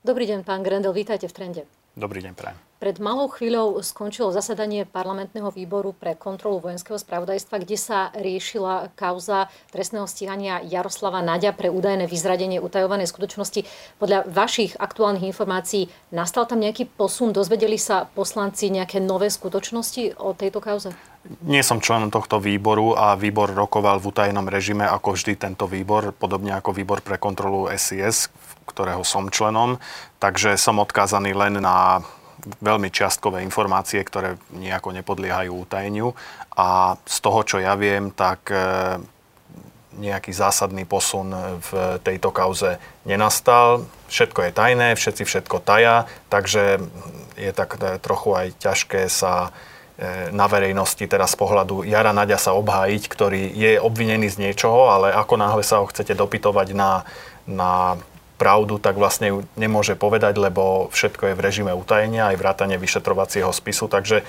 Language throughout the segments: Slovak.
Dobrý deň, pán Grendel, vítajte v Trende. Dobrý deň, prajem. Pred malou chvíľou skončilo zasadanie parlamentného výboru pre kontrolu vojenského spravodajstva, kde sa riešila kauza trestného stíhania Jaroslava Naďa pre údajné vyzradenie utajovanej skutočnosti. Podľa vašich aktuálnych informácií nastal tam nejaký posun? Dozvedeli sa poslanci nejaké nové skutočnosti o tejto kauze? Nie som členom tohto výboru a výbor rokoval v utajenom režime, ako vždy tento výbor, podobne ako výbor pre kontrolu SIS, ktorého som členom. Takže som odkázaný len na veľmi čiastkové informácie, ktoré nejako nepodliehajú utajeniu. A z toho, čo ja viem, tak nejaký zásadný posun v tejto kauze nenastal. Všetko je tajné, všetci všetko taja, takže je tak trochu aj ťažké sa na verejnosti teraz z pohľadu Jara Naďa sa obhájiť, ktorý je obvinený z niečoho, ale ako náhle sa ho chcete dopytovať na pravdu, tak vlastne ju nemôže povedať, lebo všetko je v režime utajenia, aj vrátane vyšetrovacieho spisu, takže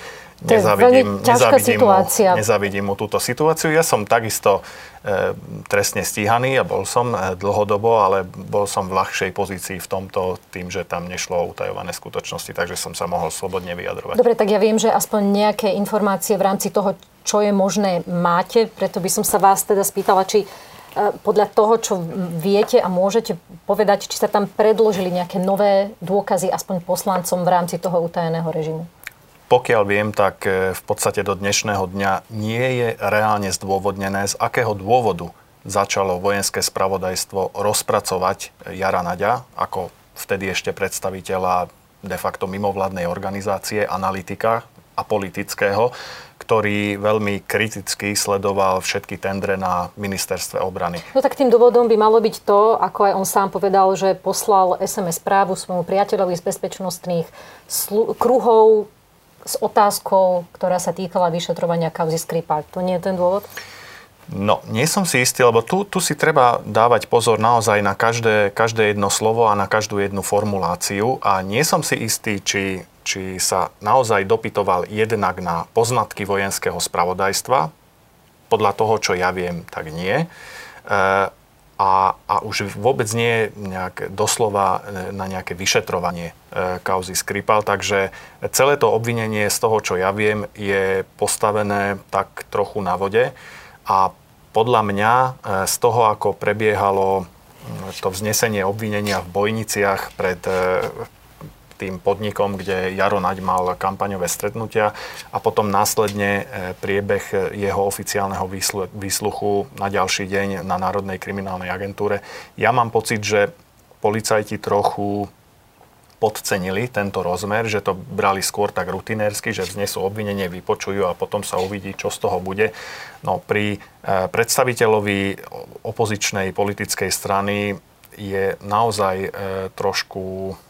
nezávidím mu túto situáciu. Ja som takisto trestne stíhaný a bol som dlhodobo, ale bol som v ľahšej pozícii v tomto tým, že tam nešlo o utajované skutočnosti, takže som sa mohol slobodne vyjadrovať. Dobre, tak ja viem, že aspoň nejaké informácie v rámci toho, čo je možné, máte, preto by som sa vás teda spýtala, či podľa toho, čo viete a môžete povedať, či sa tam predložili nejaké nové dôkazy aspoň poslancom v rámci toho utajeného režimu? Pokiaľ viem, tak v podstate do dnešného dňa nie je reálne zdôvodnené, z akého dôvodu začalo vojenské spravodajstvo rozpracovať Jara Naďa ako vtedy ešte predstaviteľa de facto mimovládnej organizácie, analytika a politického, ktorý veľmi kriticky sledoval všetky tendre na ministerstve obrany. No tak tým dôvodom by malo byť to, ako aj on sám povedal, že poslal SMS správu svojmu priateľovi z bezpečnostných kruhov s otázkou, ktorá sa týkala vyšetrovania kauzy Skripal. To nie je ten dôvod? No, nie som si istý, lebo tu si treba dávať pozor naozaj na každé jedno slovo a na každú jednu formuláciu. A nie som si istý, či sa naozaj dopytoval jednak na poznatky vojenského spravodajstva. Podľa toho, čo ja viem, tak nie. A už vôbec nie nejak doslova na nejaké vyšetrovanie kauzy Skripal. Takže celé to obvinenie z toho, čo ja viem, je postavené tak trochu na vode. A podľa mňa z toho, ako prebiehalo to vznesenie obvinenia v Bojniciach pred tým podnikom, kde Jaro Naď mal kampaňové stretnutia a potom následne priebeh jeho oficiálneho výsluchu na ďalší deň na Národnej kriminálnej agentúre. Ja mám pocit, že policajti trochu podcenili tento rozmer, že to brali skôr tak rutinérsky, že vznesú obvinenie, vypočujú a potom sa uvidí, čo z toho bude. No, pri predstaviteľovi opozičnej politickej strany je naozaj trošku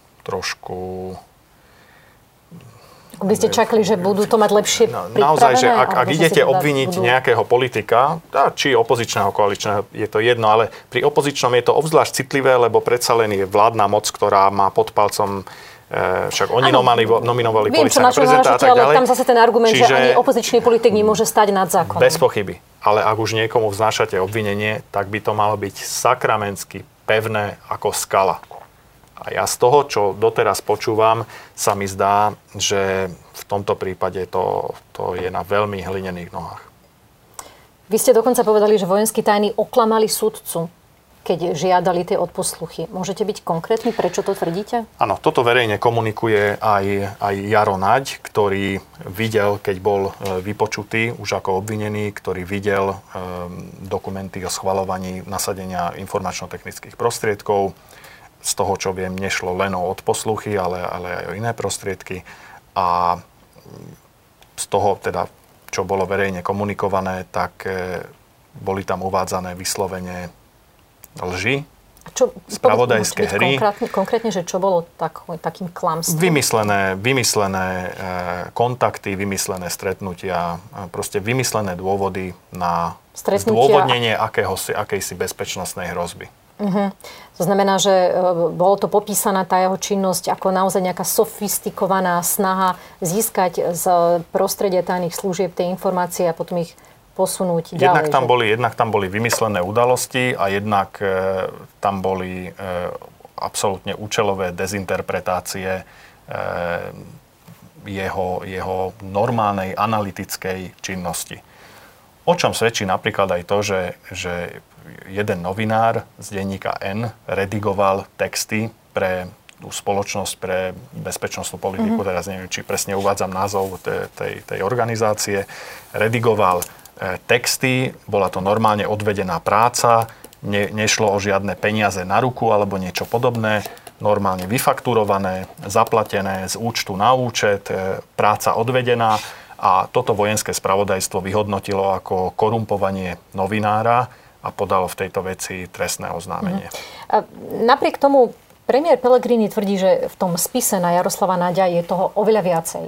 by ste čakali, že budú to mať lepšie pripravené? Naozaj, že ak idete obviniť nejakého politika, či opozičného, koaličného, je to jedno, ale pri opozičnom je to obzvlášť citlivé, lebo predsa len je vládna moc, ktorá má pod palcom, však oni nominovali policajného prezidenta a tak ďalej. Ale tam zase ten argument, že ani opozičný politik nemôže stať nad zákonom. Bez pochyby. Ale ak už niekomu vznášate obvinenie, tak by to malo byť sakramensky pevné ako skala. A ja z toho, čo doteraz počúvam, sa mi zdá, že v tomto prípade to je na veľmi hlinených nohách. Vy ste dokonca povedali, že vojenskí tajní oklamali sudcu, keď žiadali tie odposluchy. Môžete byť konkrétni? Prečo to tvrdíte? Áno, toto verejne komunikuje aj Jaro Naď, ktorý videl, keď bol vypočutý už ako obvinený, ktorý videl dokumenty o schvaľovaní nasadenia informačno-technických prostriedkov. Z toho, čo viem, nešlo len o odposluchy, ale aj o iné prostriedky. A z toho, teda, čo bolo verejne komunikované, tak boli tam uvádzané vyslovene lži, spravodajské hry. Konkrétne, že čo bolo takým klamstvom? Vymyslené kontakty, vymyslené stretnutia, proste vymyslené dôvody na zdôvodnenie akejsi bezpečnostnej hrozby. Uh-huh. To znamená, že bolo to popísaná tá jeho činnosť ako naozaj nejaká sofistikovaná snaha získať z prostredia tajných služieb tie informácie a potom ich posunúť ďalej. Jednak tam boli vymyslené udalosti a jednak tam boli absolútne účelové dezinterpretácie jeho normálnej analytickej činnosti. O čom svedčí napríklad aj to, že jeden novinár z denníka N redigoval texty pre tú spoločnosť pre bezpečnostnú politiku, teraz neviem, či presne uvádzam názov tej organizácie, redigoval texty, bola to normálne odvedená práca, nešlo o žiadne peniaze na ruku alebo niečo podobné, normálne vyfakturované, zaplatené z účtu na účet, práca odvedená. A toto vojenské spravodajstvo vyhodnotilo ako korumpovanie novinára a podalo v tejto veci trestné oznámenie. A napriek tomu premiér Pellegrini tvrdí, že v tom spise na Jaroslava Naďa je toho oveľa viacej.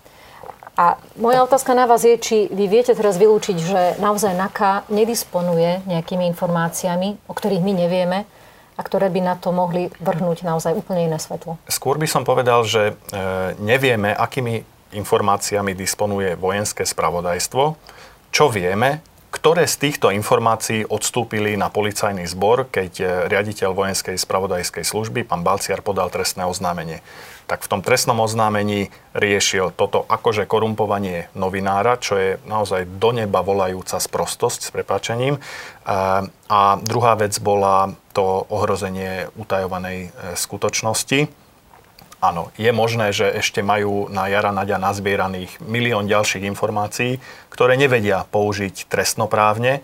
A moja otázka na vás je, či vy viete teraz vylúčiť, že naozaj NAKA nedisponuje nejakými informáciami, o ktorých my nevieme a ktoré by na to mohli vrhnúť naozaj úplne iné svetlo. Skôr by som povedal, že nevieme, akými informáciami disponuje vojenské spravodajstvo. Čo vieme, ktoré z týchto informácií odstúpili na policajný zbor, keď riaditeľ vojenskej spravodajskej služby, pán Balciar, podal trestné oznámenie. Tak v tom trestnom oznámení riešil toto akože korumpovanie novinára, čo je naozaj do neba volajúca sprostosť, s prepáčením. A druhá vec bola to ohrozenie utajovanej skutočnosti. Áno, je možné, že ešte majú na Jara Naďa nazbieraných milión ďalších informácií, ktoré nevedia použiť trestnoprávne,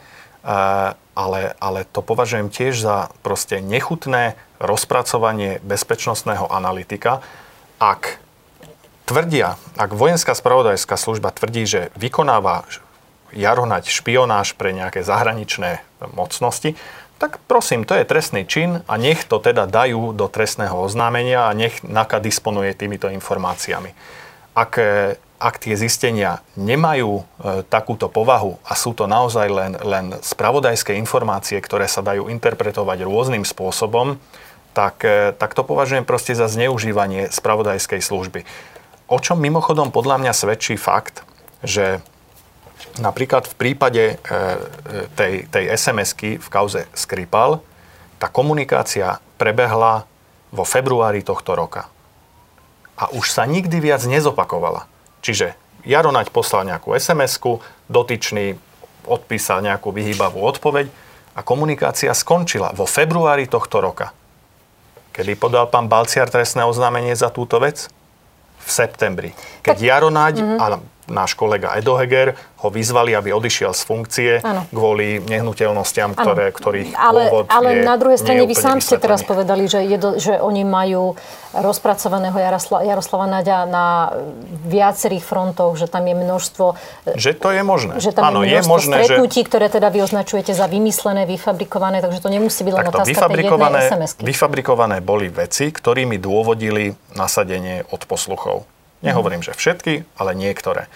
ale to považujem tiež za proste nechutné rozpracovanie bezpečnostného analytika. Ak vojenská spravodajská služba tvrdí, že vykonáva Jaro Naď špionáž pre nejaké zahraničné mocnosti, tak prosím, to je trestný čin a nech to teda dajú do trestného oznámenia a nech NAKA disponuje týmito informáciami. Ak tie zistenia nemajú takúto povahu a sú to naozaj len spravodajské informácie, ktoré sa dajú interpretovať rôznym spôsobom, tak to považujem proste za zneužívanie spravodajskej služby. O čom mimochodom podľa mňa svedčí fakt, že napríklad v prípade tej SMS-ky v kauze Skripal, tá komunikácia prebehla vo februári tohto roka. A už sa nikdy viac nezopakovala. Čiže Jaro Naď poslal nejakú SMS-ku, dotyčný odpísal nejakú vyhýbavú odpoveď a komunikácia skončila vo februári tohto roka. Kedy podal pán Balciar trestné oznámenie za túto vec? V septembri. Keď Jaro Naď a náš kolega Edo Heger ho vyzvali, aby odišiel z funkcie kvôli nehnuteľnostiam, ktorých pôvod ale je na druhej strane vy sám ste vysvetlený. teraz povedali, že oni majú rozpracovaného Jaroslava Naďa na viacerých frontoch, že tam je množstvo... Že to je možné. Že tam je množstvo stretnutí, ktoré teda vy označujete za vymyslené, vyfabrikované, takže to nemusí byť len otázka tej jednej SMS-ky. Vyfabrikované boli veci, ktorými dôvodili nasadenie odposluchov. Nehovorím, že všetky, ale niektoré.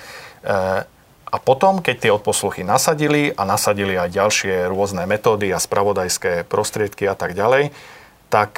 A potom, keď tie odposluchy nasadili aj ďalšie rôzne metódy a spravodajské prostriedky a tak ďalej, tak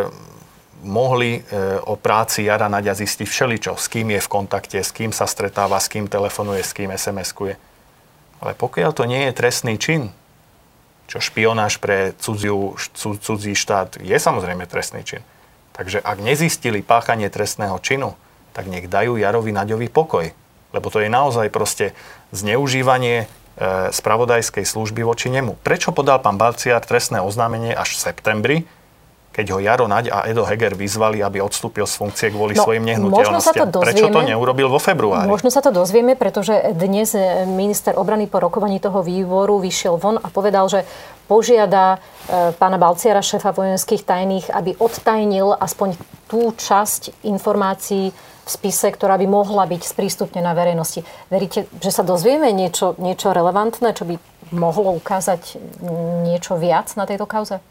mohli o práci Jara Naďa zistiť všeličo. S kým je v kontakte, s kým sa stretáva, s kým telefonuje, s kým SMS-kuje. Ale pokiaľ to nie je trestný čin, čo špionáž pre cudzí štát je samozrejme trestný čin. Takže ak nezistili páchanie trestného činu, tak nech dajú Jarovi Naďovi pokoj. Lebo to je naozaj proste zneužívanie spravodajskej služby voči nemu. Prečo podal pán Balciar trestné oznámenie až v septembri, keď ho Jaro Naď a Edo Heger vyzvali, aby odstúpil z funkcie kvôli svojim nehnuteľnostiam? Prečo to neurobil vo februári? Možno sa to dozvieme, pretože dnes minister obrany po rokovaní toho výboru vyšiel von a povedal, že požiada pána Balciara, šéfa vojenských tajných, aby odtajnil aspoň tú časť informácií v spise, ktorá by mohla byť sprístupnená verejnosti. Veríte, že sa dozvieme niečo relevantné, čo by mohlo ukázať niečo viac na tejto kauze?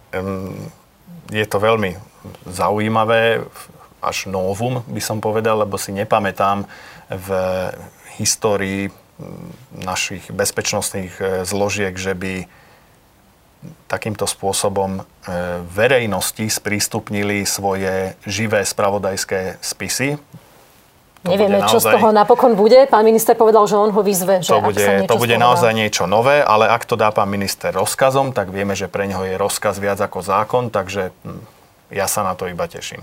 Je to veľmi zaujímavé, až novum by som povedal, lebo si nepamätám v histórii našich bezpečnostných zložiek, že by takýmto spôsobom verejnosti sprístupnili svoje živé spravodajské spisy. Nevieme, čo z toho napokon bude. Pán minister povedal, že on ho vyzve. Že to bude naozaj niečo nové, ale ak to dá pán minister rozkazom, tak vieme, že pre neho je rozkaz viac ako zákon, takže ja sa na to iba teším.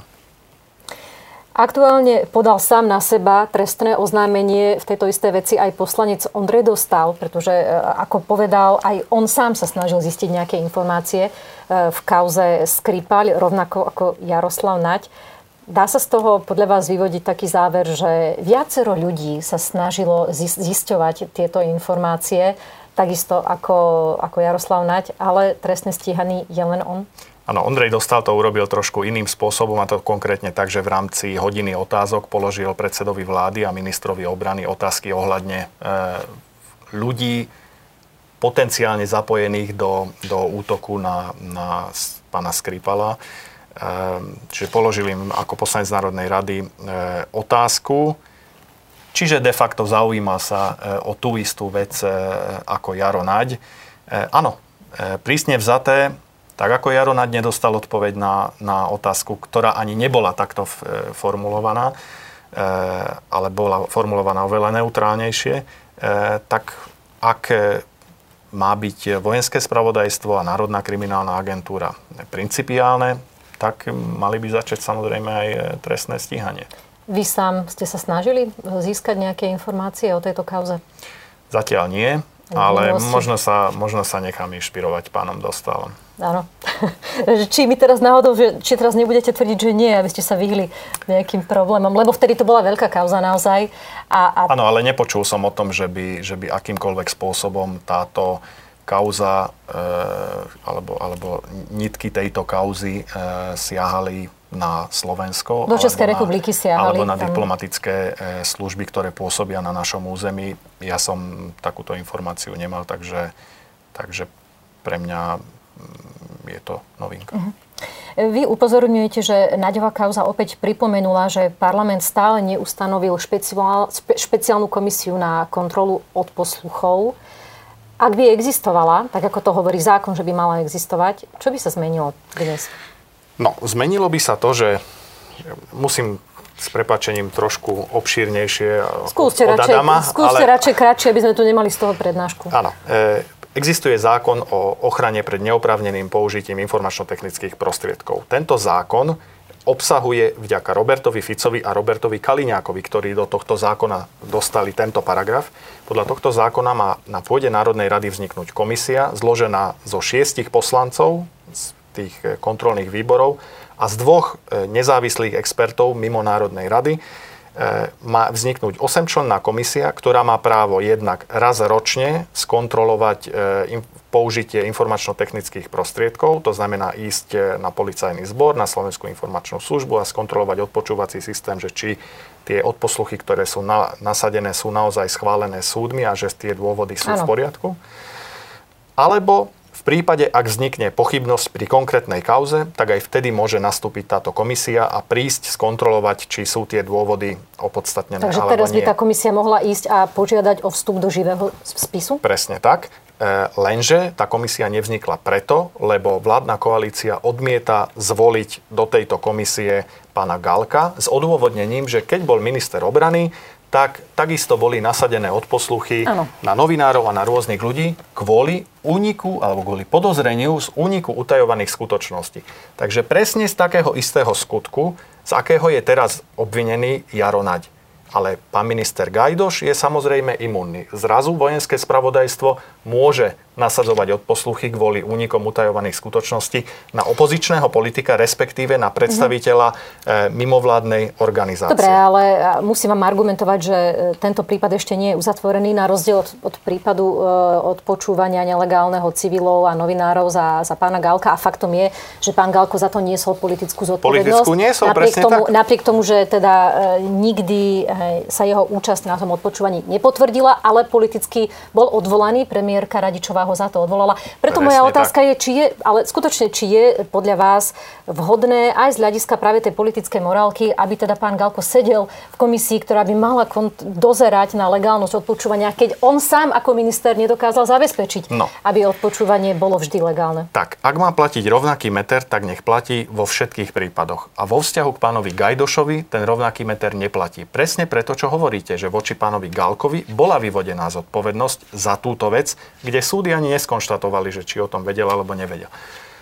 Aktuálne podal sám na seba trestné oznámenie v tejto istej veci aj poslanec Ondrej Dostál, pretože ako povedal, aj on sám sa snažil zistiť nejaké informácie v kauze Skripal, rovnako ako Jaroslav Naď. Dá sa z toho podľa vás vyvodiť taký záver, že viacero ľudí sa snažilo zisťovať tieto informácie, takisto ako Jaroslav Naď, ale trestne stíhaný je len on? Áno, Ondrej Dostál to urobil trošku iným spôsobom, a to konkrétne tak, že v rámci hodiny otázok položil predsedovi vlády a ministrovi obrany otázky ohľadne ľudí potenciálne zapojených do útoku na pána Skripala. Čiže položil im ako poslanec Národnej rady otázku, čiže de facto zaujíma sa o tú istú vec ako Jaro Naď. Áno, prísne vzaté, tak ako Jaro Naď nedostal odpoveď na otázku, ktorá ani nebola takto formulovaná, ale bola formulovaná oveľa neutrálnejšie, tak ak má byť vojenské spravodajstvo a Národná kriminálna agentúra principiálne, tak mali by začať samozrejme aj trestné stíhanie. Vy sám ste sa snažili získať nejaké informácie o tejto kauze? Zatiaľ nie, ale možno sa nechám inšpirovať pánom Dostálom. Áno. Či mi teraz náhodou, či teraz nebudete tvrdiť, že nie, aby ste sa vyhli nejakým problémom, lebo vtedy to bola veľká kauza naozaj. Áno, ale nepočul som o tom, že by akýmkoľvek spôsobom táto kauza alebo nitky tejto kauzy siahali na Slovensko. Do Českej republiky siahali. Alebo na diplomatické služby, ktoré pôsobia na našom území. Ja som takúto informáciu nemal, takže pre mňa je to novinka. Vy upozorňujete, že Naďová kauza opäť pripomenula, že parlament stále neustanovil špeciálnu komisiu na kontrolu odposluchov. Ak by existovala, tak ako to hovorí zákon, že by mala existovať, čo by sa zmenilo dnes? No, zmenilo by sa to, že musím s prepáčením trošku obšírnejšie skúste radšej kratšie, aby sme tu nemali z toho prednášku. Áno. Existuje zákon o ochrane pred neoprávneným použitím informačno-technických prostriedkov. Tento zákon obsahuje vďaka Robertovi Ficovi a Robertovi Kaliňákovi, ktorí do tohto zákona dostali tento paragraf. Podľa tohto zákona má na pôde Národnej rady vzniknúť komisia zložená zo 6 poslancov z tých kontrolných výborov a z 2 nezávislých expertov mimo Národnej rady. Má vzniknúť 8-členná komisia, ktorá má právo jednak raz ročne skontrolovať použitie informačno-technických prostriedkov, to znamená ísť na policajný zbor, na Slovenskú informačnú službu a skontrolovať odpočúvací systém, že či tie odposluchy, ktoré sú nasadené, sú naozaj schválené súdmi a že tie dôvody sú v poriadku. Alebo v prípade, ak vznikne pochybnosť pri konkrétnej kauze, tak aj vtedy môže nastúpiť táto komisia a prísť skontrolovať, či sú tie dôvody opodstatnené alebo nie. Takže teraz by tá komisia mohla ísť a požiadať o vstup do živého spisu? Presne tak. Lenže tá komisia nevznikla preto, lebo vládna koalícia odmieta zvoliť do tejto komisie pána Galka s odôvodnením, že keď bol minister obrany, tak takisto boli nasadené odposluchy na novinárov a na rôznych ľudí kvôli úniku alebo kvôli podozreniu z úniku utajovaných skutočností. Takže presne z takého istého skutku, z akého je teraz obvinený Jaro Naď. Ale pán minister Gajdoš je samozrejme imunný. Zrazu vojenské spravodajstvo môže nasadzovať odposluchy kvôli únikom utajovaných skutočností na opozičného politika, respektíve na predstaviteľa mimovládnej organizácie. Dobre, ale musím vám argumentovať, že tento prípad ešte nie je uzatvorený, na rozdiel od prípadu odpočúvania nelegálneho civilov a novinárov za pána Galka. A faktom je, že pán Galko za to niesol politickú zodpovednosť. Politickú niesol, presne tak. Napriek tomu, že teda nikdy sa jeho účasť na tom odpočúvaní nepotvrdila, ale politicky bol odvolaný. Premiérka Radičová ho za to odvolala. Preto moja otázka je, či je podľa vás vhodné aj z hľadiska práve tej politickej morálky, aby teda pán Galko sedel v komisii, ktorá by mala dozerať na legálnosť odpočúvania, keď on sám ako minister nedokázal zabezpečiť, aby odpočúvanie bolo vždy legálne. Tak, ak má platiť rovnaký meter, tak nech platí vo všetkých prípadoch. A vo vzťahu k pánovi Gajdošovi ten rovnaký meter neplatí. Presne preto, čo hovoríte, že voči pánovi Galkovi bola vyvodená zodpovednosť za túto vec, kde súdy ani neskonštatovali, že či o tom vedel alebo nevedel.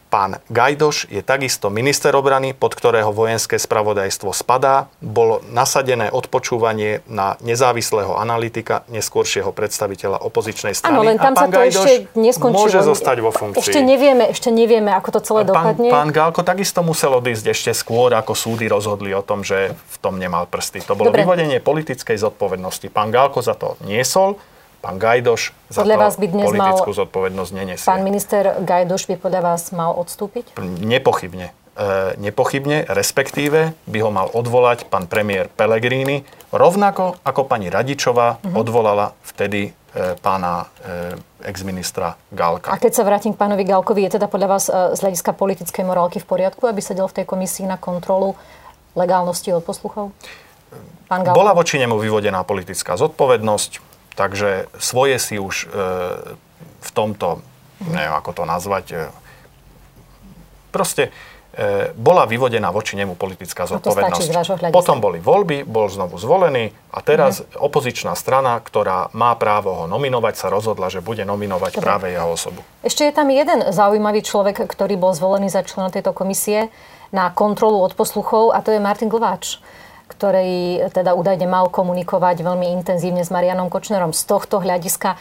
Pán Gajdoš je takisto minister obrany, pod ktorého vojenské spravodajstvo spadá. Bolo nasadené odpočúvanie na nezávislého analytika, neskôršieho predstaviteľa opozičnej strany. Áno, len tam sa to ešte neskončilo. Môže zostať vo funkcii. Ešte nevieme, ako to celé dopadne. Pán Gálko takisto musel odísť ešte skôr, ako súdy rozhodli o tom, že v tom nemal prsty. To bolo vyvodenie politickej zodpovednosti. Pán Gálko za to niesol. Pán Gajdoš za to politickú zodpovednosť nenesie. Pán minister Gajdoš by podľa vás mal odstúpiť? Nepochybne. Respektíve by ho mal odvolať pán premiér Pellegrini, rovnako ako pani Radičová odvolala vtedy pána exministra Gálka. A keď sa vrátim k pánovi Gálkovi, je teda podľa vás z hľadiska politickej morálky v poriadku, aby sedel v tej komisii na kontrolu legálnosti odposluchov? Pán Gálko? Bola voči nemu vyvodená politická zodpovednosť. Takže svoje si už v tomto, neviem ako to nazvať, proste bola vyvodená voči nemu politická zodpovednosť. Potom boli voľby, bol znovu zvolený a teraz opozičná strana, ktorá má právo ho nominovať, sa rozhodla, že bude nominovať práve jeho osobu. Ešte je tam jeden zaujímavý človek, ktorý bol zvolený za člena tejto komisie na kontrolu odposluchov, a to je Martin Glváč, ktorý teda údajne mal komunikovať veľmi intenzívne s Marianom Kočnerom. Z tohto hľadiska,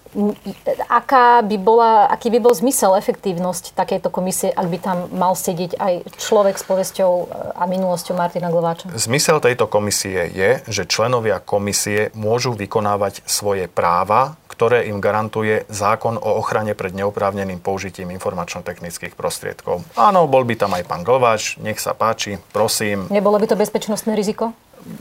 aký by bol zmysel, efektívnosť takejto komisie, ak by tam mal sedieť aj človek s povesťou a minulosťou Martina Glváča? Zmysel tejto komisie je, že členovia komisie môžu vykonávať svoje práva, ktoré im garantuje zákon o ochrane pred neoprávneným použitím informačno-technických prostriedkov. Áno, bol by tam aj pán Glváč, nech sa páči, prosím. Nebolo by to bezpečnostné riziko?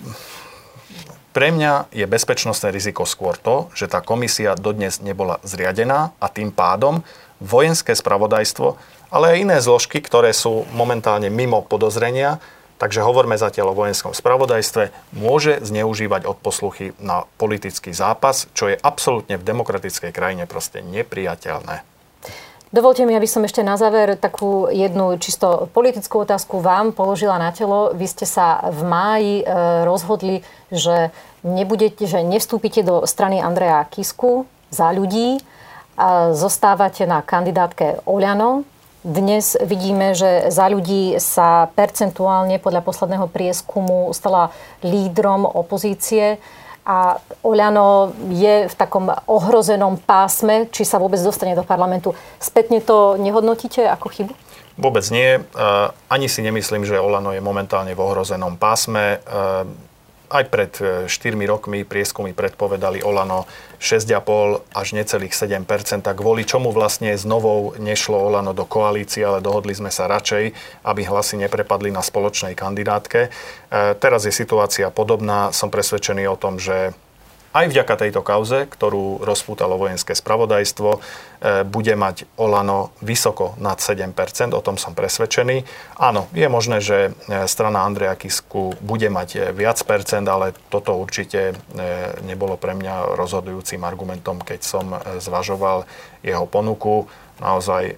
Pre mňa je bezpečnostné riziko skôr to, že tá komisia dodnes nebola zriadená a tým pádom vojenské spravodajstvo, ale aj iné zložky, ktoré sú momentálne mimo podozrenia, takže hovoríme zatiaľ o vojenskom spravodajstve, môže zneužívať odposluchy na politický zápas, čo je absolútne v demokratickej krajine proste nepriateľné. Dovolte mi, aby som ešte na záver takú jednu čisto politickú otázku vám položila na telo. Vy ste sa v máji rozhodli, že nevstúpite do strany Andreja Kisku Za ľudí a zostávate na kandidátke Oľano. Dnes vidíme, že Za ľudí sa percentuálne podľa posledného prieskumu stala lídrom opozície a Oľano je v takom ohrozenom pásme, či sa vôbec dostane do parlamentu. Spätne to nehodnotíte ako chybu? Vôbec nie. Ani si nemyslím, že Oľano je momentálne v ohrozenom pásme. Aj pred 4 rokmi prieskumy predpovedali Oľano 6,5 až necelých 7%, kvôli čomu vlastne znovu nešlo Oľano do koalície, ale dohodli sme sa radšej, aby hlasy neprepadli na spoločnej kandidátke. Teraz je situácia podobná. Som presvedčený o tom, že aj vďaka tejto kauze, ktorú rozpútalo vojenské spravodajstvo, bude mať Oľano vysoko nad 7%, o tom som presvedčený. Áno, je možné, že strana Andreja Kisku bude mať viac percent, ale toto určite nebolo pre mňa rozhodujúcim argumentom, keď som zvažoval jeho ponuku. Naozaj,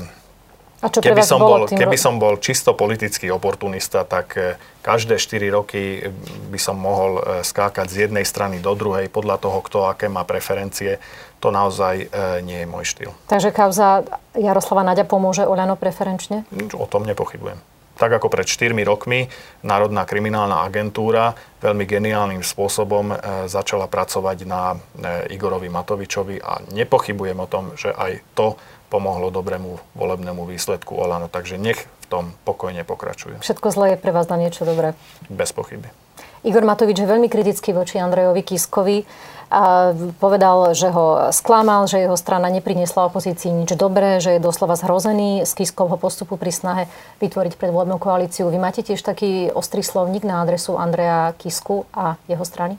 keby som bol čisto politický oportunista, tak každé 4 roky by som mohol skákať z jednej strany do druhej podľa toho, kto aké má preferencie. To naozaj nie je môj štýl. Takže kauza Jaroslava Naďa pomôže Oľano preferenčne? O tom nepochybujem. Tak ako pred 4 rokmi Národná kriminálna agentúra veľmi geniálnym spôsobom začala pracovať na Igorovi Matovičovi a nepochybujem o tom, že aj to pomohlo dobrému volebnému výsledku Oľano. Takže nech v tom pokojne pokračuje. Všetko zlé je pre vás na niečo dobré? Bez pochyby. Igor Matovič je veľmi kritický voči Andrejovi Kiskovi. A povedal, že ho sklamal, že jeho strana nepriniesla opozícii nič dobré, že je doslova zhrozený z Kiskovho postupu pri snahe vytvoriť predvolebnú koalíciu. Vy máte tiež taký ostrý slovník na adresu Andreja Kisku a jeho strany?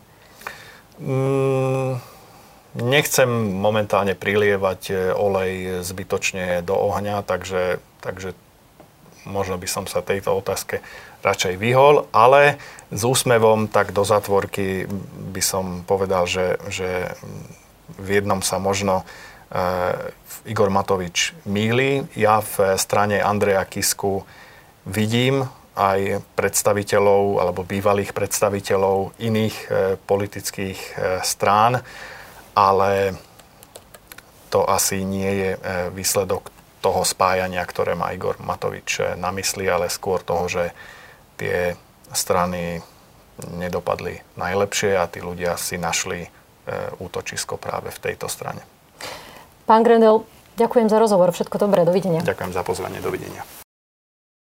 Nechcem momentálne prilievať olej zbytočne do ohňa, takže možno by som sa tejto otázke radšej vyhol, ale s úsmevom tak do zatvorky by som povedal, že v jednom sa možno Igor Matovič mýli. Ja v strane Andreja Kisku vidím aj predstaviteľov alebo bývalých predstaviteľov iných politických strán, ale to asi nie je výsledok toho spájania, ktoré má Igor Matovič na mysli, ale skôr toho, že tie strany nedopadli najlepšie a tí ľudia si našli útočisko práve v tejto strane. Pán Grendel, ďakujem za rozhovor. Všetko dobré. Dovidenia. Ďakujem za pozvanie. Dovidenia.